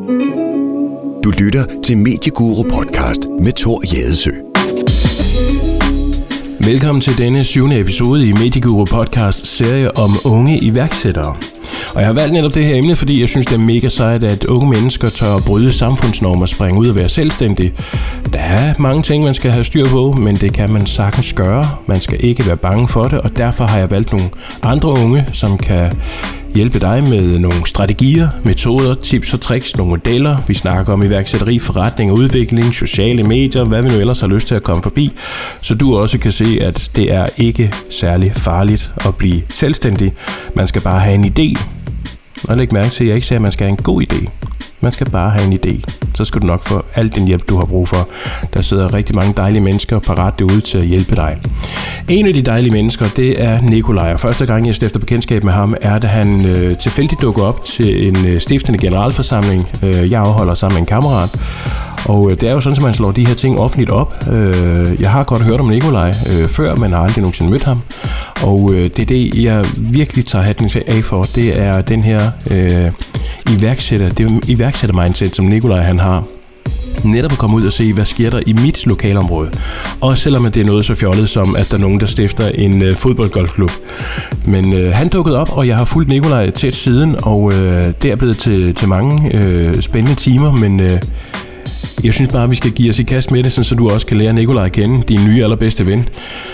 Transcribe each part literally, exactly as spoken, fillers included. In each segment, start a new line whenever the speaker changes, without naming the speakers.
Du lytter til Medieguru Podcast med Thor Jadesø.
Velkommen til denne syvende episode i Medieguru Podcast serie om unge iværksættere. Og jeg har valgt netop det her emne, fordi jeg synes, det er mega sejt, at unge mennesker tør at bryde samfundsnormer og springe ud og være selvstændige. Der er mange ting, man skal have styr på, men det kan man sagtens gøre. Man skal ikke være bange for det, og derfor har jeg valgt nogle andre unge, som kan hjælpe dig med nogle strategier, metoder, tips og tricks, nogle modeller. Vi snakker om iværksætteri, forretning og udvikling, sociale medier, hvad vi nu ellers har lyst til at komme forbi, så du også kan se, at det er ikke særlig farligt at blive selvstændig. Man skal bare have en idé. Og læg mærke til, at jeg ikke siger, at man skal have en god idé. Man skal bare have en idé. Så skal du nok få al den hjælp, du har brug for. Der sidder rigtig mange dejlige mennesker parat derude til at hjælpe dig. En af de dejlige mennesker, det er Nikolaj. Og første gang, jeg stifter bekendtskab med ham, er, da han øh, tilfældigt dukker op til en øh, stiftende generalforsamling. Øh, jeg afholder sammen med en kammerat. Og øh, det er jo sådan, at man slår de her ting offentligt op. Øh, jeg har godt hørt om Nikolaj øh, før, men har aldrig nogensinde mødt ham. Og øh, det er det, jeg virkelig tager hatten af for. Det er den her øh, iværksætter, det iværksætter-mindset, som Nikolaj han har. Netop at komme ud og se, hvad sker der i mit lokalområde. Og selvom det er noget så fjollet som, at der er nogen, der stifter en øh, fodboldgolfklub. Men øh, han dukkede op, og jeg har fulgt Nikolaj tæt siden, og øh, det er blevet til, til mange øh, spændende timer, men øh, jeg synes bare, at vi skal give os i kast med det, så du også kan lære Nikolaj at kende, din nye allerbedste ven,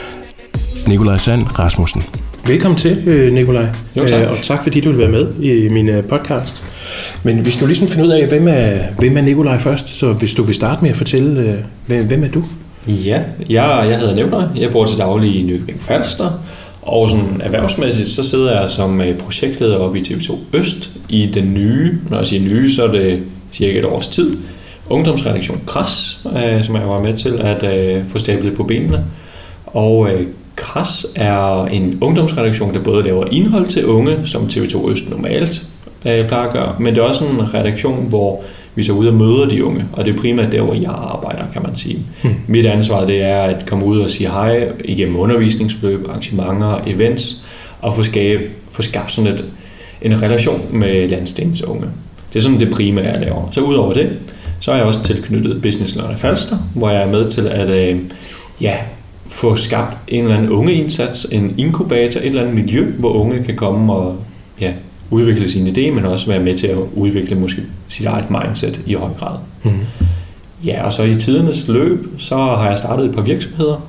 Nikolaj Sand Rasmussen. Velkommen til, Nikolaj.
Jo, tak.
Og tak fordi du vil være med i min podcast. Men hvis du ligesom finder ud af, hvem er, hvem er Nikolaj først, så hvis du vil starte med at fortælle, hvem, hvem er du?
Ja, jeg, jeg hedder Nikolaj. Jeg bor til daglig i Nykøbing Falster. Og sådan erhvervsmæssigt, så sidder jeg som projektleder oppe i T V to Øst i den nye, når jeg siger nye, så er det cirka et års tid, ungdomsredaktion Kras, øh, som jeg var med til at øh, få stablet på benene. Og øh, Kras er en ungdomsredaktion, der både laver indhold til unge, som T V to Øst normalt øh, plejer at gøre, men det er også en redaktion, hvor vi så ud og møder de unge, og det er primært der, hvor jeg arbejder, kan man sige. Hmm. Mit ansvar, det er at komme ud og sige hej igennem undervisningsforløb, arrangementer, events, og få, skabe, få skabt sådan et, en relation med landsdelens unge. Det er sådan det primære, jeg laver. Så udover det, så er jeg også tilknyttet Business Learning Falster, hvor jeg er med til at øh, ja, få skabt en eller anden ungeindsats, en inkubator, et eller andet miljø, hvor unge kan komme og ja, udvikle sin idé, men også være med til at udvikle måske sit eget mindset i høj grad. Mm-hmm. Ja, og så i tidernes løb, så har jeg startet et par virksomheder.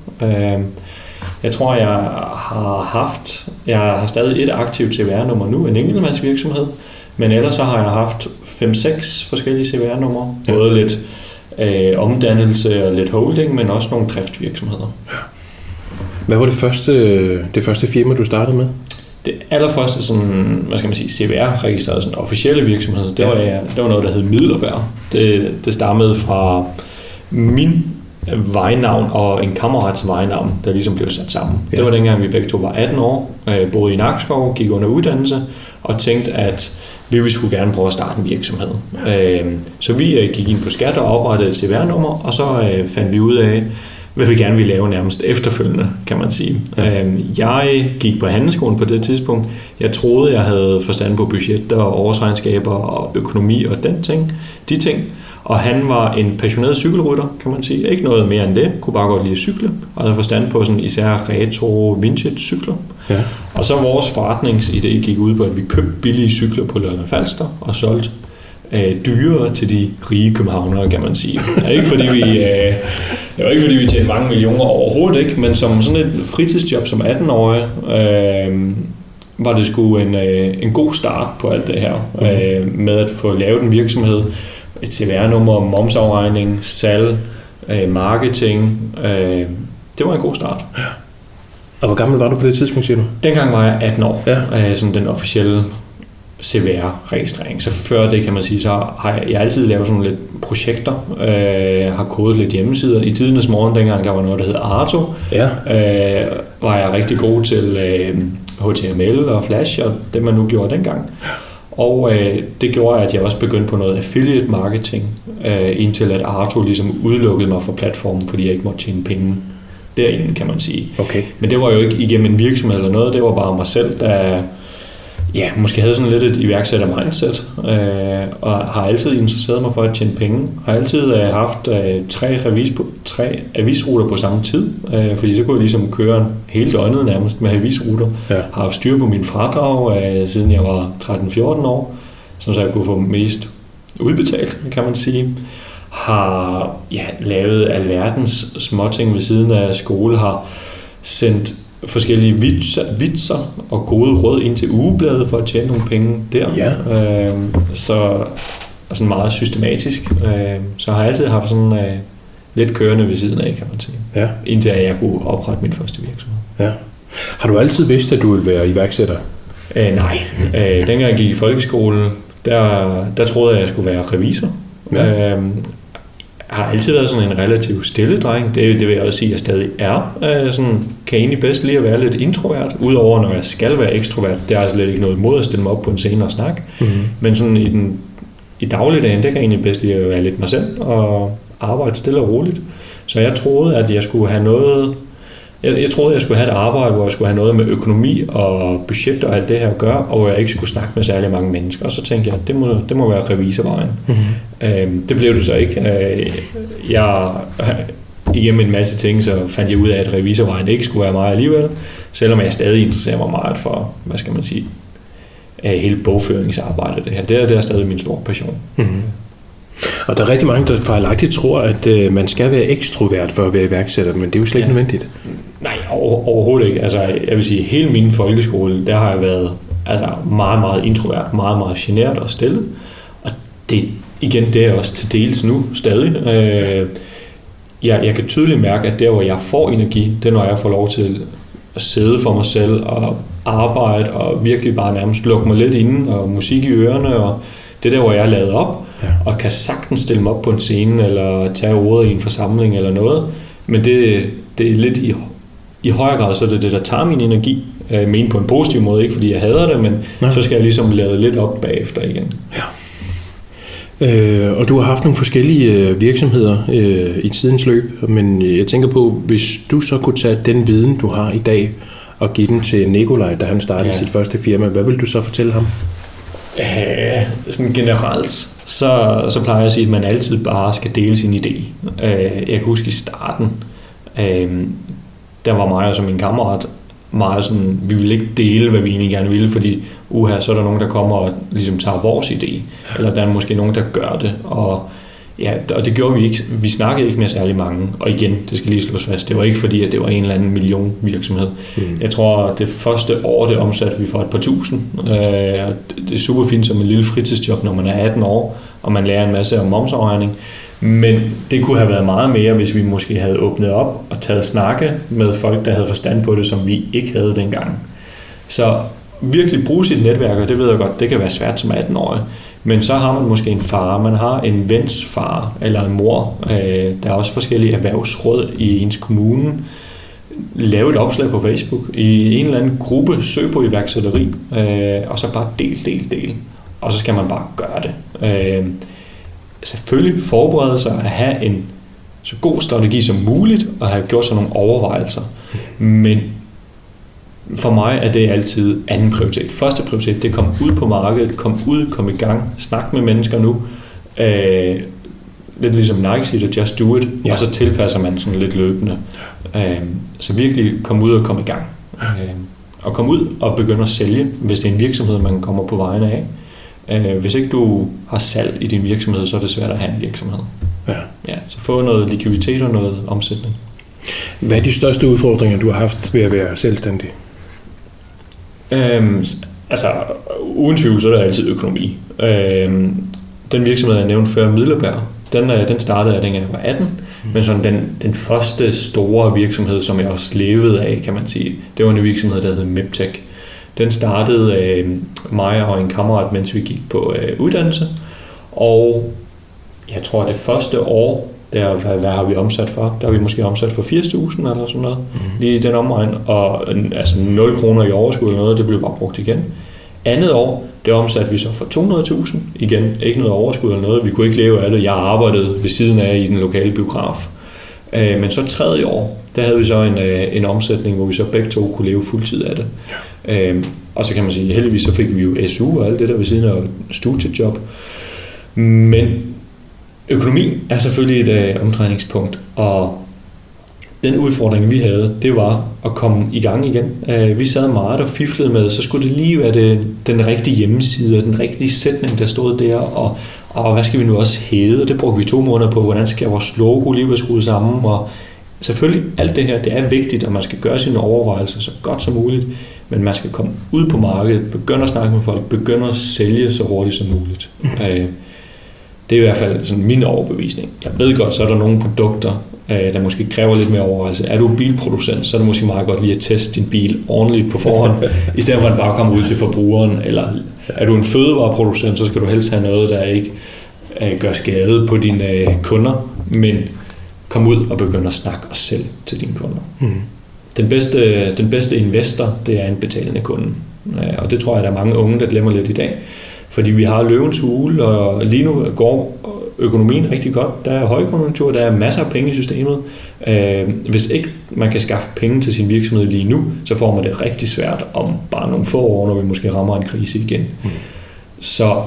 Jeg tror, jeg har haft, jeg har stadig et aktivt C V R-nummer nu, en enkeltmandsvirksomhed, men ellers så har jeg haft fem seks forskellige C V R-numre, ja. Både lidt øh, omdannelse og lidt holding, men også nogle driftsvirksomheder. Ja.
Hvad var det første, det første firma, du startede med?
Det allerførste sådan, hvad skal man sige, C V R-registreret sådan officielle virksomhed, det, ja. var, det var noget, der hed Middelbær. Det, det stammede fra min vejnavn og en kammerats vejnavn, der ligesom blev sat sammen. Ja. Det var dengang, vi begge to var atten år, øh, boede i Nakskov, gik under uddannelse og tænkte, at vi ville skulle gerne prøve at starte en virksomhed. Ja. Øh, så vi øh, gik ind på skat og oprettede et C V R-nummer, og så øh, fandt vi ud af, hvad vi gerne ville lave nærmest efterfølgende, kan man sige. Ja. Jeg gik på handelsskolen på det tidspunkt. Jeg troede, jeg havde forstand på budgetter og årsregnskaber og økonomi og den ting, de ting. Og han var en passioneret cykelrytter, kan man sige. Ikke noget mere end det. Kunne bare godt lide at cykle. Og havde forstand på sådan især retro vintage cykler. Ja. Og så vores forretningsidé gik ud på, at vi købte billige cykler på Lolland Falster og solgte dyrere til de rige københavnere, kan man sige. Det er ikke fordi vi, øh, det var ikke fordi vi tjente mange millioner overhovedet ikke, men som sådan et fritidsjob som atten-årig, øh, var det sgu en, øh, en god start på alt det her, øh, med at få lavet en virksomhed, et C V R-nummer, momsafregning, salg, øh, marketing. Øh, det var en god start.
Og hvor gammel var du på det tidspunkt, siger du?
Dengang var jeg atten år, ja. øh, sådan den officielle C V R-registrering. Så før det, kan man sige, så har jeg, jeg altid lavet sådan lidt projekter, øh, har kodet lidt hjemmesider. I tidernes morgen, dengang der var noget, der hed Arto, ja. øh, var jeg rigtig god til øh, H T M L og Flash, og det man nu gjorde dengang. Og øh, det gjorde, at jeg også begyndte på noget affiliate marketing, øh, indtil at Arto ligesom udelukkede mig fra platformen, fordi jeg ikke måtte tjene penge derinde, kan man sige.
Okay.
Men det var jo ikke igennem en virksomhed eller noget, det var bare mig selv, der ja, måske havde sådan lidt et iværksætter-mindset, øh, og har altid interesseret mig for at tjene penge. Har altid øh, haft øh, tre, revis på, tre avisruter på samme tid, øh, fordi så kunne jeg ligesom køre hele døgnet nærmest med avisruter. Ja. Har haft styr på min fradrag, øh, siden jeg var tretten fjorten år, så jeg kunne få mest udbetalt, kan man sige. Har ja, lavet alverdens småting ved siden af skole, har sendt forskellige vitser, vitser og gode råd ind til ugebladet for at tjene nogle penge der. Ja. Øh, så sådan meget systematisk. Øh, så har jeg altid haft sådan øh, lidt kørende ved siden af, kan man sige. Ja. Indtil jeg kunne oprette min første virksomhed.
Ja. Har du altid vidst, at du ville være iværksætter?
Øh, nej. Øh, dengang jeg gik i folkeskole, der, der troede jeg, at jeg skulle være revisor. Ja. Øh, Jeg har altid været sådan en relativt stille dreng. Det, det vil jeg også sige, at jeg stadig er. Jeg sådan, kan egentlig bedst lide at være lidt introvert, udover når jeg skal være ekstrovert. Det er altså slet ikke noget imod at stille mig op på en scene og snakke. Mm-hmm. Men sådan i, den, i dagligdagen, det kan jeg egentlig bedst lide at være lidt mig selv og arbejde stille og roligt. Så jeg troede, at jeg skulle have noget... Jeg, jeg troede, at jeg skulle have et arbejde, hvor jeg skulle have noget med økonomi og budget og alt det her at gøre, og hvor jeg ikke skulle snakke med særlig mange mennesker. Og så tænkte jeg, at det må, det må være revisorvejen. Mm-hmm. Øhm, det blev det så ikke. Øh, jeg, igennem en masse ting, så fandt jeg ud af, at revisorvejen ikke skulle være mig alligevel, selvom jeg stadig interesserer mig meget for, hvad skal man sige, hele bogføringsarbejdet. Det her. Det er, det er stadig min store passion. Mm-hmm.
Og der er rigtig mange, der fejlagtigt tror, at øh, man skal være ekstrovert for at være iværksætter, men det er jo slet ikke ja. nødvendigt.
Nej, over, overhovedet ikke. Altså, jeg vil sige, hele min folkeskole, der har jeg været altså, meget, meget introvert, meget, meget genert og stille. Og det, igen, det er også til dels nu stadig. Øh, jeg, jeg kan tydeligt mærke, at der, hvor jeg får energi, det er, når jeg får lov til at sidde for mig selv og arbejde og virkelig bare nærmest lukke mig lidt inde og musik i ørerne. Og det er der, hvor jeg er lavet op. Ja. Og kan sagtens stille mig op på en scene, eller tage ordet i en forsamling, eller noget. Men det, det er lidt i, i højere grad, så er det det, der tager min energi. Jeg mener på en positiv måde, ikke fordi jeg hader det, men ja. Så skal jeg ligesom lade lidt op bagefter igen.
Ja. Øh, og du har haft nogle forskellige virksomheder øh, i tidens løb, men jeg tænker på, hvis du så kunne tage den viden, du har i dag, og give den til Nikolaj, da han startede ja. sit første firma, hvad vil du så fortælle ham?
Øh, sådan generelt, så, så plejer jeg at sige, at man altid bare skal dele sin idé. Øh, jeg kan huske i starten, øh, der var mig og så min kammerat meget sådan, vi ville ikke dele, hvad vi egentlig gerne ville, fordi uha, så er der nogen, der kommer og ligesom tager vores idé, eller der er måske nogen, der gør det, og ja, og det gjorde vi ikke. Vi snakkede ikke med særlig mange, og igen, det skal lige slås fast, det var ikke fordi, at det var en eller anden million virksomhed. Mm. Jeg tror, at det første år, det omsatte vi for et par tusind. Det er super fint som en lille fritidsjob, når man er atten år, og man lærer en masse om momsafregning. Men det kunne have været meget mere, hvis vi måske havde åbnet op og taget snakke med folk, der havde forstand på det, som vi ikke havde dengang. Så virkelig bruge sit netværk, og det ved jeg godt, det kan være svært som atten-årig. Men så har man måske en far, man har en vens far eller en mor. Der er også forskellige erhvervsråd i ens kommune. Lave et opslag på Facebook i en eller anden gruppe, søg på iværksætteri, og så bare del, del, del. Og så skal man bare gøre det. Selvfølgelig forberede sig at have en så god strategi som muligt, og have gjort sig nogle overvejelser. Men for mig er det altid anden prioritet. Første prioritet, det er at komme ud på markedet, komme ud, komme i gang, snakke med mennesker nu. Øh, lidt ligesom Nike siger, just do it, ja. Og så tilpasser man sådan lidt løbende. Øh, så virkelig komme ud og komme i gang. Øh, og komme ud og begynde at sælge, hvis det er en virksomhed, man kommer på vegne af. Øh, hvis ikke du har salg i din virksomhed, så er det svært at have en virksomhed. Ja. Ja, så få noget likviditet og noget omsætning.
Hvad er de største udfordringer, du har haft ved at være selvstændig?
Øhm, altså, uden tvivl, så er der altid økonomi. Øhm, den virksomhed, jeg nævnte før, Middelberg, den, den startede jeg, dengang jeg var atten. Mm. Men sådan den, den første store virksomhed, som jeg også levede af, kan man sige, det var en virksomhed, der hed Meptech. Den startede øh, mig og en kammerat, mens vi gik på øh, uddannelse. Og jeg tror, at det første år, der, hvad, hvad har vi omsat for? Der har vi måske omsat for firs tusind eller sådan noget, mm. lige i den omegn. Og altså nul kroner i overskud eller noget, det blev bare brugt igen. Andet år, det omsatte vi så for to hundrede tusind. Igen, ikke noget overskud eller noget. Vi kunne ikke leve af det. Jeg arbejdede ved siden af i den lokale biograf. Øh, men så tredje år, der havde vi så en, øh, en omsætning, hvor vi så begge to kunne leve fuldtid af det. Ja. Øh, og så kan man sige, heldigvis så fik vi jo S U og alt det der ved siden af studiejob. Men økonomi er selvfølgelig et øh, omdrejningspunkt, og den udfordring, vi havde, det var at komme i gang igen. Øh, vi sad meget og fiflede med, så skulle det lige være det, den rigtige hjemmeside, og den rigtige sætning, der stod der, og, og hvad skal vi nu også hedde? Det brugte vi to måneder på, hvordan skal vores logo lige være skruet sammen, og selvfølgelig alt det her, det er vigtigt, at man skal gøre sine overvejelser så godt som muligt, men man skal komme ud på markedet, begynde at snakke med folk, begynde at sælge så hurtigt som muligt. Øh, det er i hvert fald sådan min overbevisning. Jeg ved godt, så er der nogle produkter, der måske kræver lidt mere overvejelse. Er du bilproducent, så er det måske meget godt lige at teste din bil ordentligt på forhånd, i stedet for at bare komme ud til forbrugeren. Eller er du en fødevareproducent, så skal du helst have noget, der ikke gør skade på dine kunder, men kom ud og begynd at snakke og sælge til dine kunder. Mm. Den bedste, den bedste investor, det er en betalende kunde. Og det tror jeg, der er mange unge, der glemmer lidt i dag. Fordi vi har løvens hule, og lige nu går økonomien rigtig godt. Der er højkonjunktur, der er masser af penge i systemet. Hvis ikke man kan skaffe penge til sin virksomhed lige nu, så får man det rigtig svært om bare nogle få år, når vi måske rammer en krise igen. Mm. Så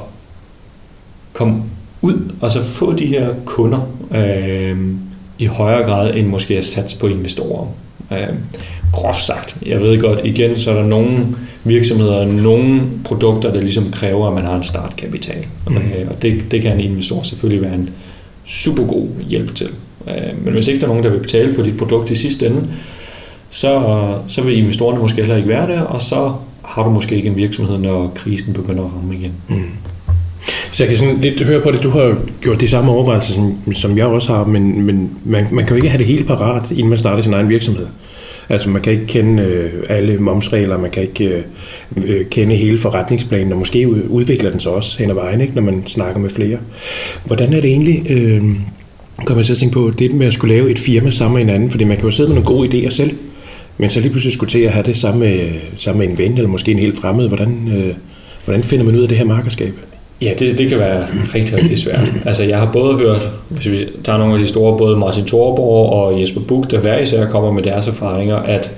kom ud og så få de her kunder øh, i højere grad end måske at satse på investorer. Øh, groft sagt. Jeg ved godt, igen, så er der nogle virksomheder, nogle produkter, der ligesom kræver, at man har en startkapital. Mm. Øh, og det, det kan en investor selvfølgelig være en super god hjælp til. Øh, men hvis ikke der er nogen, der vil betale for dit produkt i sidste ende, så, så vil investorerne måske heller ikke være der, og så har du måske ikke en virksomhed, når krisen begynder at ramme igen. Mm.
Så jeg kan sådan lidt høre på det, du har gjort de samme overvejelser, som, som jeg også har, men, men man, man kan jo ikke have det hele parat, inden man starter sin egen virksomhed. Altså man kan ikke kende øh, alle momsregler, man kan ikke øh, kende hele forretningsplanen, og måske udvikler den så også hen ad vejen, ikke, når man snakker med flere. Hvordan er det egentlig, øh, kommer jeg til at tænke på, det med at skulle lave et firma sammen med hinanden, fordi man kan jo sidde med nogle gode idéer selv, men så lige pludselig skulle til at have det sammen med, sammen med en ven, eller måske en helt fremmed. Hvordan, øh, hvordan finder man ud af det her markerskab?
Ja, det, det kan være rigtig, rigtig svært. Altså, jeg har både hørt, hvis vi tager nogle af de store, både Martin Thorborg og Jesper Buch, der hver især kommer med deres erfaringer, at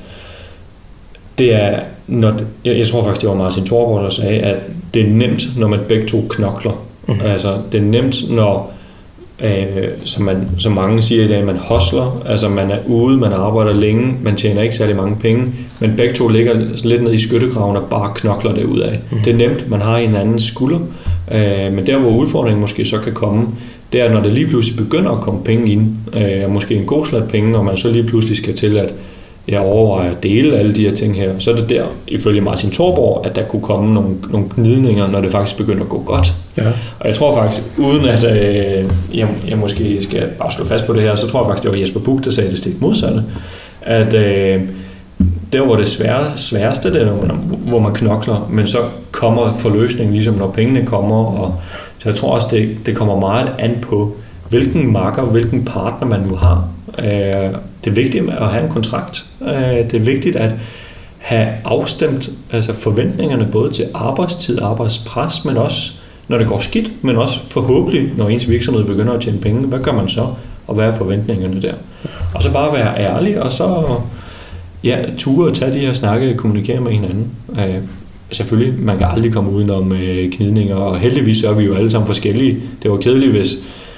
det er, når, jeg, jeg tror faktisk, det var Martin Thorborg, der sagde, at det er nemt, når man begge to knokler. Mm-hmm. Altså, det er nemt, når, øh, som, man, som mange siger i dag, man hustler, altså man er ude, man arbejder længe, man tjener ikke særlig mange penge, men begge to ligger lidt ned i skyttegraven og bare knokler det ud af. Mm-hmm. Det er nemt, man har en anden skulder. Men der, hvor udfordringen måske så kan komme, det er, når der lige pludselig begynder at komme penge ind, øh, måske en god slat penge, og man så lige pludselig skal til at jeg overvejer at dele alle de her ting her, så er det der, ifølge Martin Thorborg, at der kunne komme nogle, nogle gnidninger, når det faktisk begynder at gå godt. Ja. Og jeg tror faktisk, uden at øh, jeg, jeg måske skal bare slå fast på det her, så tror jeg faktisk, det var Jesper Buch, der sagde det stik modsatte, at øh, der hvor det svære, sværeste, det er, hvor man knokler, men så kommer forløsningen, ligesom når pengene kommer, og så jeg tror også, det, det kommer meget an på, hvilken marker, hvilken partner man nu har. Det er vigtigt at have en kontrakt. Det er vigtigt at have afstemt altså forventningerne både til arbejdstid, arbejdspres, men også når det går skidt, men også forhåbentlig, når ens virksomhed begynder at tjene penge. Hvad gør man så, og hvad er forventningerne der? Og så bare være ærlig, og så ja, ture at tage de her snakke, kommunikere med hinanden. Øh, selvfølgelig, man kan aldrig komme udenom øh, knidninger, og heldigvis er vi jo alle sammen forskellige. Det var kedeligt, hvis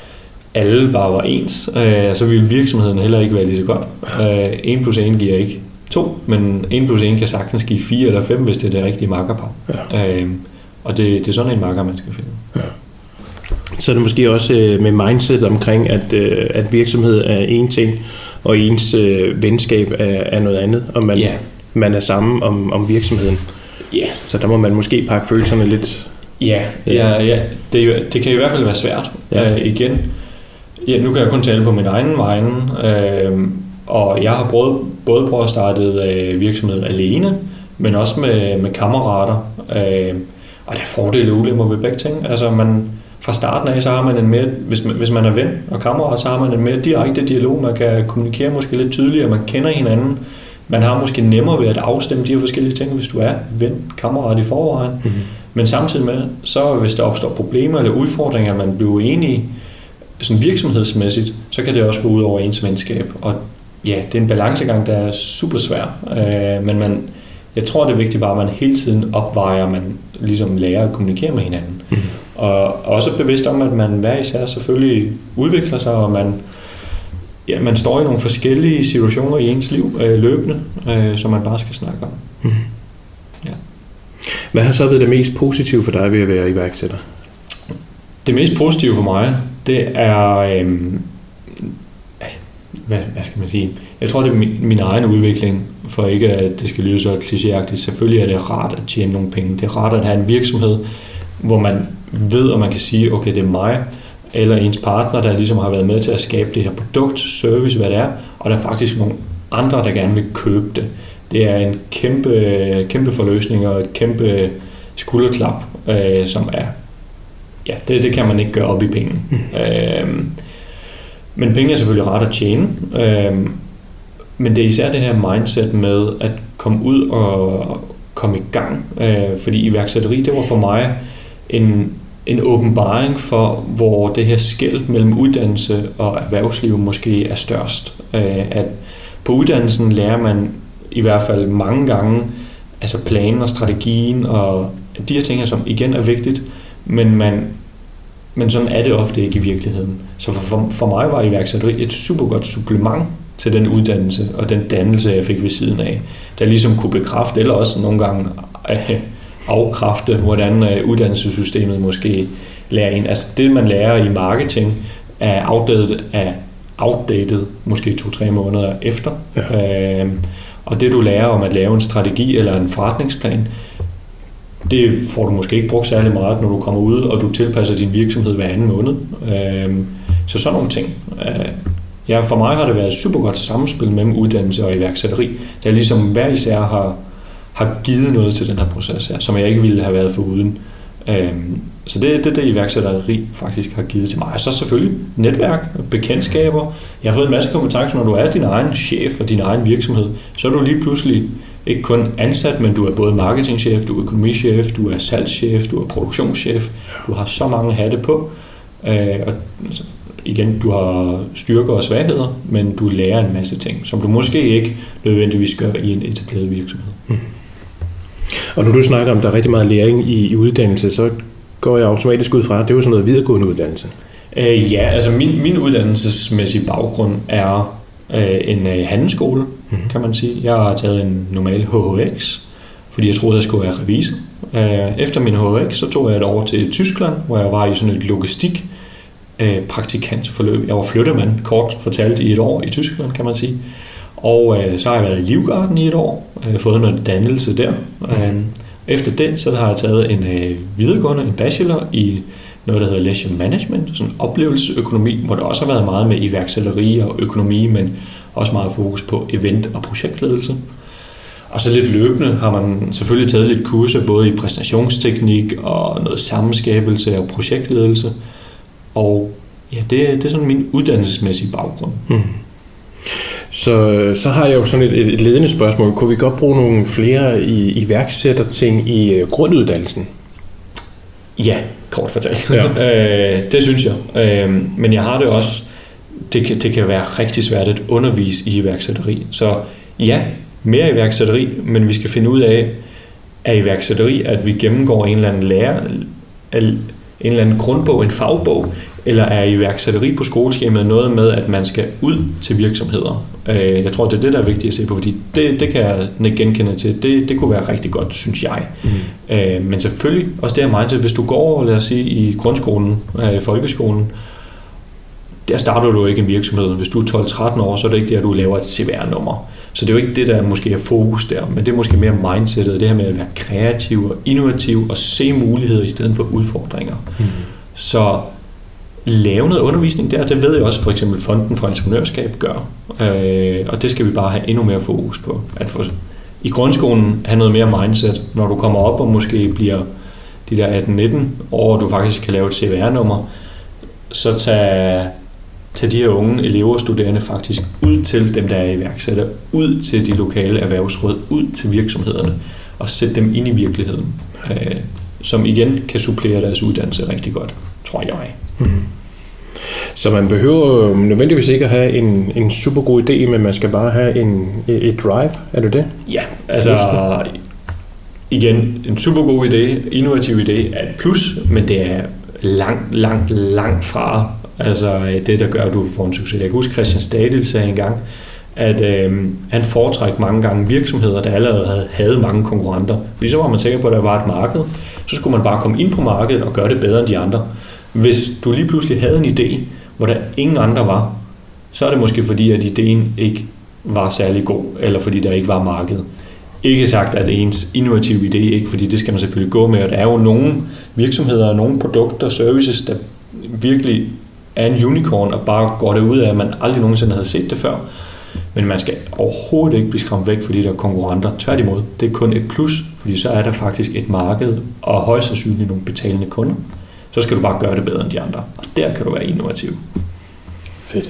alle bare var ens, øh, så ville virksomheden heller ikke være lige så godt. Øh, en plus en giver ikke to, men en plus en kan sagtens give fire eller fem, hvis det er det rigtige makkerpar. Ja. Øh, og det, det er sådan en makker, man skal finde. Ja.
Så er det måske også øh, med mindset omkring, at, øh, at virksomhed er en ting, og ens øh, venskab er, er noget andet, og man, yeah. man er sammen om, om virksomheden. Yeah. Så der må man måske pakke følelserne lidt.
Ja, ja, ja. Det, det kan i hvert fald være svært. Ja. Uh, igen, ja, nu kan jeg kun tale på min egen vegne, uh, og jeg har både, både prøvet at starte uh, virksomheden alene, men også med, med kammerater. Uh, og der er fordele og ulemper ved begge ting. Altså man fra starten af, så har man en mere, hvis man, hvis man er ven og kammerat, så har man en mere direkte dialog. Man kan kommunikere måske lidt tydeligere, man kender hinanden. Man har måske nemmere ved at afstemme de her forskellige ting, hvis du er ven, kammerat i forvejen. Mm-hmm. Men samtidig med, så hvis der opstår problemer eller udfordringer, man bliver enige sådan virksomhedsmæssigt, så kan det også gå ud over ens venskab. Og ja, det er en balancegang, der er super svær. Øh, men man, Jeg tror, det er vigtigt bare, at man hele tiden opvejer, at man ligesom lærer at kommunikere med hinanden. Mm. Og også bevidst om, at man hver især selvfølgelig udvikler sig, og man, ja, man står i nogle forskellige situationer i ens liv øh, løbende, øh, som man bare skal snakke om. Mm. Ja.
Hvad har så været det mest positive for dig ved at være iværksætter?
Det mest positive for mig, det er, øh, hvad, hvad skal man sige, jeg tror, det er min, min egen udvikling, for ikke at det skal lyde så klichéagtigt. Selvfølgelig er det rart at tjene nogle penge. Det er rart at have en virksomhed, hvor man ved, og man kan sige, okay, det er mig, eller ens partner, der ligesom har været med til at skabe det her produkt, service, hvad det er, og der er faktisk nogle andre, der gerne vil købe det. Det er en kæmpe, kæmpe forløsning og et kæmpe skulderklap, øh, som er, ja, det, det kan man ikke gøre op i penge. Mm. Øh, men penge er selvfølgelig rart at tjene, øh, men det er især det her mindset med at komme ud og komme i gang, øh, fordi iværksætteri, det var for mig en, en åbenbaring for, hvor det her skel mellem uddannelse og erhvervsliv måske er størst. Øh, at på uddannelsen lærer man i hvert fald mange gange altså planen og strategien og de her ting her, som igen er vigtigt, men man men sådan er det ofte ikke i virkeligheden. Så for, for mig var iværksætteri et super godt supplement til den uddannelse og den dannelse, jeg fik ved siden af, der ligesom kunne bekræfte, eller også nogle gange øh, afkræfte, hvordan øh, uddannelsessystemet måske lærer en. Altså det, man lærer i marketing, er outdated, er outdated måske to-tre måneder efter. Ja. Øh, og det, du lærer om at lave en strategi eller en forretningsplan, det får du måske ikke brugt særlig meget, når du kommer ud, og du tilpasser din virksomhed hver anden måned. Øh, så sådan nogle ting. Øh, Ja, for mig har det været et super godt samspil mellem uddannelse og iværksætteri, der ligesom hver især har, har givet noget til den her proces her, som jeg ikke ville have været foruden. Øhm, så det er det, det iværksætteri faktisk har givet til mig. Og så selvfølgelig netværk, bekendtskaber. Jeg har fået en masse kompetencer, når du er din egen chef og din egen virksomhed, så er du lige pludselig ikke kun ansat, men du er både marketingchef, du er økonomichef, du er salgschef, du er produktionschef. Du har så mange hatte på. Øh, og igen, du har styrker og svagheder, men du lærer en masse ting, som du måske ikke nødvendigvis gør i en etableret virksomhed. Mm.
Og når du snakker om, at der er rigtig meget læring i, i uddannelse, så går jeg automatisk ud fra, at det er jo sådan noget videregående uddannelse.
Øh, ja, altså min, min uddannelsesmæssige baggrund er øh, en øh, handelsskole, mm. kan man sige. Jeg har taget en normal H H X, fordi jeg troede, jeg skulle være revisor. Øh, efter min H H X, så tog jeg et år til Tyskland, hvor jeg var i sådan et logistik praktikantforløb. Jeg var flyttemand, kort fortalt, i et år i Tyskland, kan man sige. Og øh, så har jeg været i Livgarden i et år, øh, fået noget dannelse der. Øh, efter det, så har jeg taget en øh, videregående, en bachelor i noget, der hedder leisure management, sådan oplevelsesøkonomi, hvor der også har været meget med iværksætteri og økonomi, men også meget fokus på event- og projektledelse. Og så lidt løbende har man selvfølgelig taget lidt kurser, både i præstationsteknik og noget sammenskabelse og projektledelse. Og ja, det, det er sådan min uddannelsesmæssige baggrund. Hmm.
Så, så har jeg jo sådan et, et ledende spørgsmål. Kunne vi godt bruge nogle flere i, iværksætterting i uh, grunduddannelsen?
Ja, kort fortalt. Ja. øh, det synes jeg. Øh, men jeg har det også, det kan, det kan være rigtig svært at undervise i iværksætteri. Så ja, mere iværksætteri, men vi skal finde ud af, at iværksætteri, at vi gennemgår en eller anden lærer, en eller anden grundbog, en fagbog, eller er iværksætteri på skoleskemaet noget med, at man skal ud til virksomheder. Jeg tror, det er det, der er vigtigt at se på, fordi det, det kan jeg genkende til. Det, det kunne være rigtig godt, synes jeg. Mm. Men selvfølgelig også det her mindset, hvis du går, lad os sige, i grundskolen, i folkeskolen, der starter du ikke en virksomhed. Hvis du er tolv tretten år, så er det ikke der, du laver et C V R-nummer. Så det er jo ikke det, der måske er fokus der, men det er måske mere mindsetet, det her med at være kreativ og innovativ og se muligheder i stedet for udfordringer. Mm. Så lave noget undervisning der, det ved jeg også for eksempel Fonden for Entreprenørskab gør, øh, og det skal vi bare have endnu mere fokus på. At få i grundskolen have noget mere mindset, når du kommer op og måske bliver de der atten nitten år, og du faktisk kan lave et C V R-nummer, så tag Tag de her unge elever og studerende faktisk ud til dem, der er iværksætter, ud til de lokale erhvervsråd, ud til virksomhederne og sætte dem ind i virkeligheden, øh, som igen kan supplere deres uddannelse rigtig godt, tror jeg. Mm-hmm.
Så man behøver nødvendigvis ikke at have en, en super god idé, men man skal bare have en, et drive, er det det?
Ja, altså igen, en super god idé, innovativ idé er et plus, men det er langt, langt, langt fra altså det, der gør, at du får en succes. Jeg kan huske, Christian Stadil sagde engang, at øh, han foretrækker mange gange virksomheder, der allerede havde mange konkurrenter. Fordi så var man sikker på, at der var et marked, så skulle man bare komme ind på markedet og gøre det bedre end de andre. Hvis du lige pludselig havde en idé, hvor der ingen andre var, så er det måske fordi, at ideen ikke var særlig god, eller fordi der ikke var marked. Ikke sagt, at det er ens innovative idé, ikke, fordi det skal man selvfølgelig gå med, og der er jo nogle virksomheder og nogle produkter og services, der virkelig er en unicorn, og bare går det ud af, at man aldrig nogensinde havde set det før. Men man skal overhovedet ikke blive skræmt væk, fordi der er konkurrenter. Tværtimod, det er kun et plus, fordi så er der faktisk et marked, og højst sandsynligt nogle betalende kunder. Så skal du bare gøre det bedre end de andre, og der kan du være innovativ.
Fedt.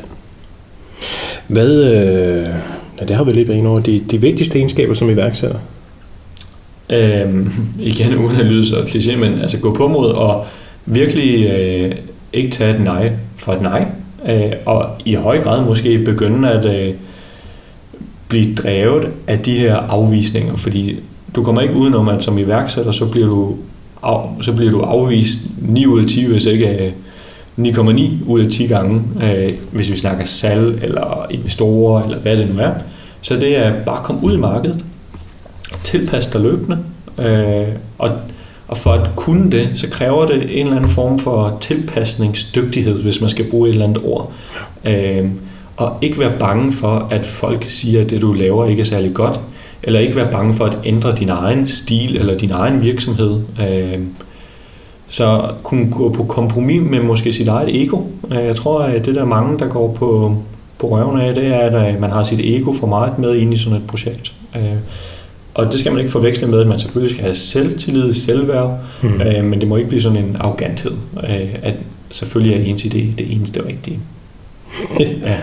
Hvad, øh, ja, det har vi lidt været inde over, de, de vigtigste egenskaber som iværksætter?
Øhm, igen uden at lyde så kliché, men altså gå på mod og virkelig øh, ikke tage et nej for et nej, øh, og i høj grad måske begynde at øh, blive drevet af de her afvisninger, fordi du kommer ikke udenom, at som iværksætter, så bliver du, af, så bliver du afvist ni ud af ti, hvis ikke ni komma ni ud af ti gange, øh, hvis vi snakker salg eller investorer, eller hvad det nu er. Så det er bare at komme ud i markedet, tilpasse dig løbende, øh, og, og for at kunne det, så kræver det en eller anden form for tilpasningsdygtighed, hvis man skal bruge et eller andet ord. Øh, og ikke være bange for, at folk siger, at det du laver ikke er særlig godt, eller ikke være bange for at ændre din egen stil eller din egen virksomhed. Øh, så kunne gå på kompromis med måske sit eget ego. Jeg tror, at det der mange, der går på, på røven af, det er, at man har sit ego for meget med ind i sådan et projekt. Og det skal man ikke forveksle med, at man selvfølgelig skal have selvtillid, selvværd, mm. øh, men det må ikke blive sådan en arroganthed, øh, at selvfølgelig er ens idé det eneste rigtige.
ja.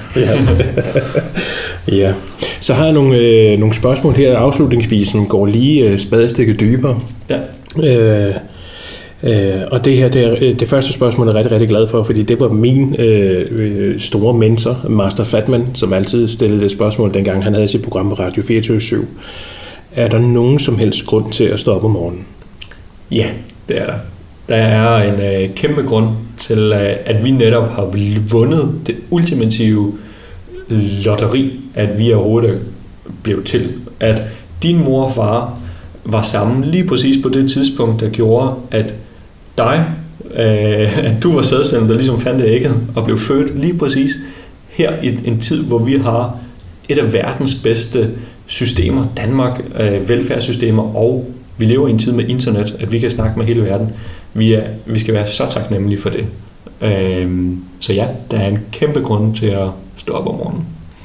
ja. Så har jeg nogle, øh, nogle spørgsmål her afslutningsvis, som går lige øh, spadestikket dybere.
Ja.
Øh, øh, og det her, det, er, det første spørgsmål er jeg rigtig, rigtig glad for, fordi det var min øh, store mentor, Master Fatman, som altid stillede det spørgsmål, dengang han havde sit program på Radio fireogtyve syv. Er der nogen som helst grund til at stå op om morgenen?
Ja, det er der. Der er en øh, kæmpe grund til, øh, at vi netop har vundet det ultimative lotteri, at vi overhovedet blev til. At din mor og far var sammen lige præcis på det tidspunkt, der gjorde, at dig, øh, at du var sædcellen, der ligesom fandt ægget og blev født lige præcis her i en tid, hvor vi har et af verdens bedste systemer, Danmark, øh, velfærdssystemer, og vi lever i en tid med internet, at vi kan snakke med hele verden. Vi, er, vi skal være så taknemmelige for det. Øh, så ja, der er en kæmpe grund til at stå op om morgenen.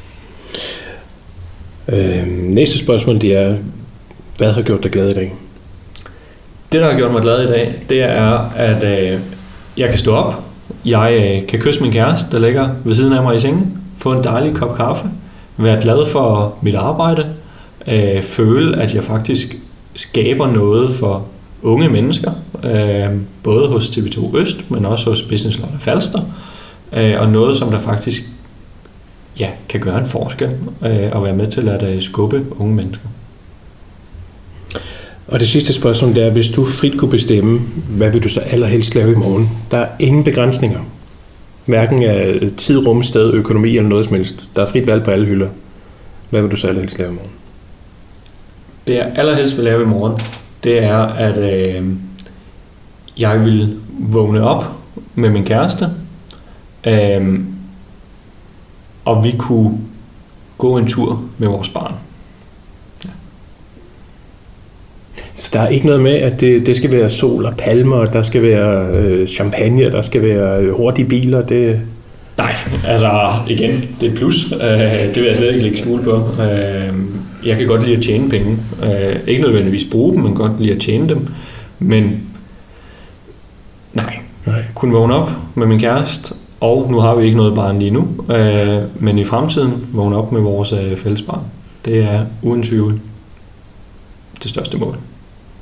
Øh, næste spørgsmål, det er, hvad har gjort dig glad i dag?
Det, der har gjort mig glad i dag, det er, at øh, jeg kan stå op, jeg øh, kan kysse min kæreste, der ligger ved siden af mig i sengen, få en dejlig kop kaffe, være glad for mit arbejde, øh, føle, at jeg faktisk skaber noget for unge mennesker, øh, både hos T V to Øst, men også hos Business Lotto Falster, øh, og noget, som der faktisk ja, kan gøre en forskel, øh, og være med til at øh, skubbe unge mennesker.
Og det sidste spørgsmål, det er, hvis du frit kunne bestemme, hvad vil du så allerhelst lave i morgen? Der er ingen begrænsninger. Hverken af tid, rum, sted, økonomi eller noget som helst. Der er frit valg på alle hylder. Hvad vil du så allerhelst lave i morgen?
Det jeg allerhelst vil lave i morgen, det er, at øh, jeg vil vågne op med min kæreste, øh, og vi kunne gå en tur med vores barn. Ja.
Så der er ikke noget med, at det, det skal være sol og palmer, der skal være øh, champagne, der skal være hurtige biler, det...
Nej, altså igen, det er et plus. Øh, det vil jeg slet ikke lægge skjul på. Øh, jeg kan godt lide at tjene penge. Øh, ikke nødvendigvis bruge dem, men godt lide at tjene dem. Men nej,
nej.
Kun vågne op med min kæreste, og nu har vi ikke noget barn lige nu, øh, men i fremtiden vågne op med vores øh, fællesbarn. Det er uden tvivl det største mål.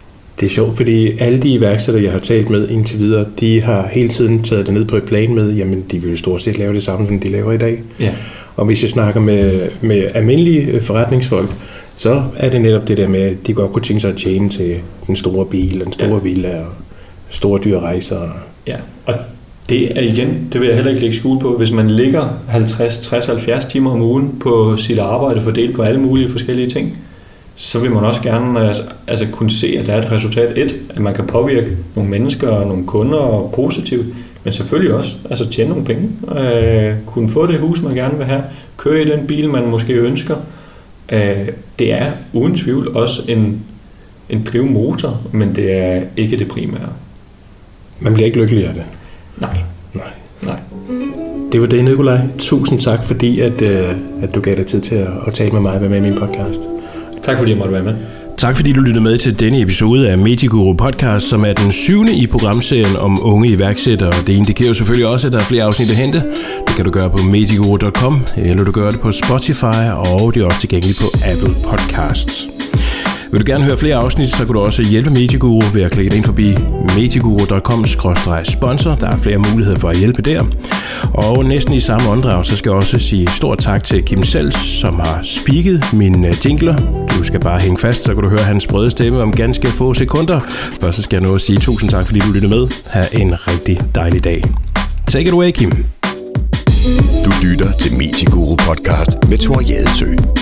Det er sjovt, fordi alle de iværksættere, jeg har talt med indtil videre, de har hele tiden taget det ned på et plan med, jamen de vil jo stort set lave det samme, som de laver i dag.
Ja.
Og hvis jeg snakker med, med almindelige forretningsfolk, så er det netop det der med, at de godt kunne tænke sig at tjene til den store bil, den store ja. villa og store dyre rejser.
Ja, og det er igen, det vil jeg heller ikke lægge skjul på, hvis man ligger halvtreds, tres, halvfjerds timer om ugen på sit arbejde, fordelt på alle mulige forskellige ting, så vil man også gerne altså, altså kunne se, at der er et resultat. Et, at man kan påvirke nogle mennesker og nogle kunder og positivt, men selvfølgelig også altså tjene nogle penge. Øh, kunne få det hus, man gerne vil have. Køre i den bil, man måske ønsker. Øh, det er uden tvivl også en, en drivmotor, men det er ikke det primære.
Man bliver ikke lykkelig af det.
Nej.
Nej.
Nej.
Det var det, Nikolaj. Tusind tak, fordi at, øh, at du gav dig tid til at, at tale med mig og være med i min podcast.
Tak fordi jeg måtte være med.
Tak fordi du lyttede med til denne episode af Mediguru Podcast, som er den syvende i programserien om unge iværksættere. Det indikerer jo selvfølgelig også, at der er flere afsnit at hente. Det kan du gøre på mediguru punktum com, eller du gør det på Spotify, og det er også tilgængeligt på Apple Podcasts. Vil du gerne høre flere afsnit, så kan du også hjælpe Mediguru ved at klikke dig ind forbi mediguru punktum com skråstreg sponsor. Der er flere muligheder for at hjælpe der. Og næsten i samme åndedrag, så skal jeg også sige stort tak til Kim Sels, som har speaket mine jingler. Du skal bare hænge fast, så kan du høre hans sprøde stemme om ganske få sekunder. Først så skal jeg nå at sige tusind tak, fordi du lyttede med. Ha' en rigtig dejlig dag. Take it away, Kim.
Du lytter til Mediguru Podcast med Thor Jadersø.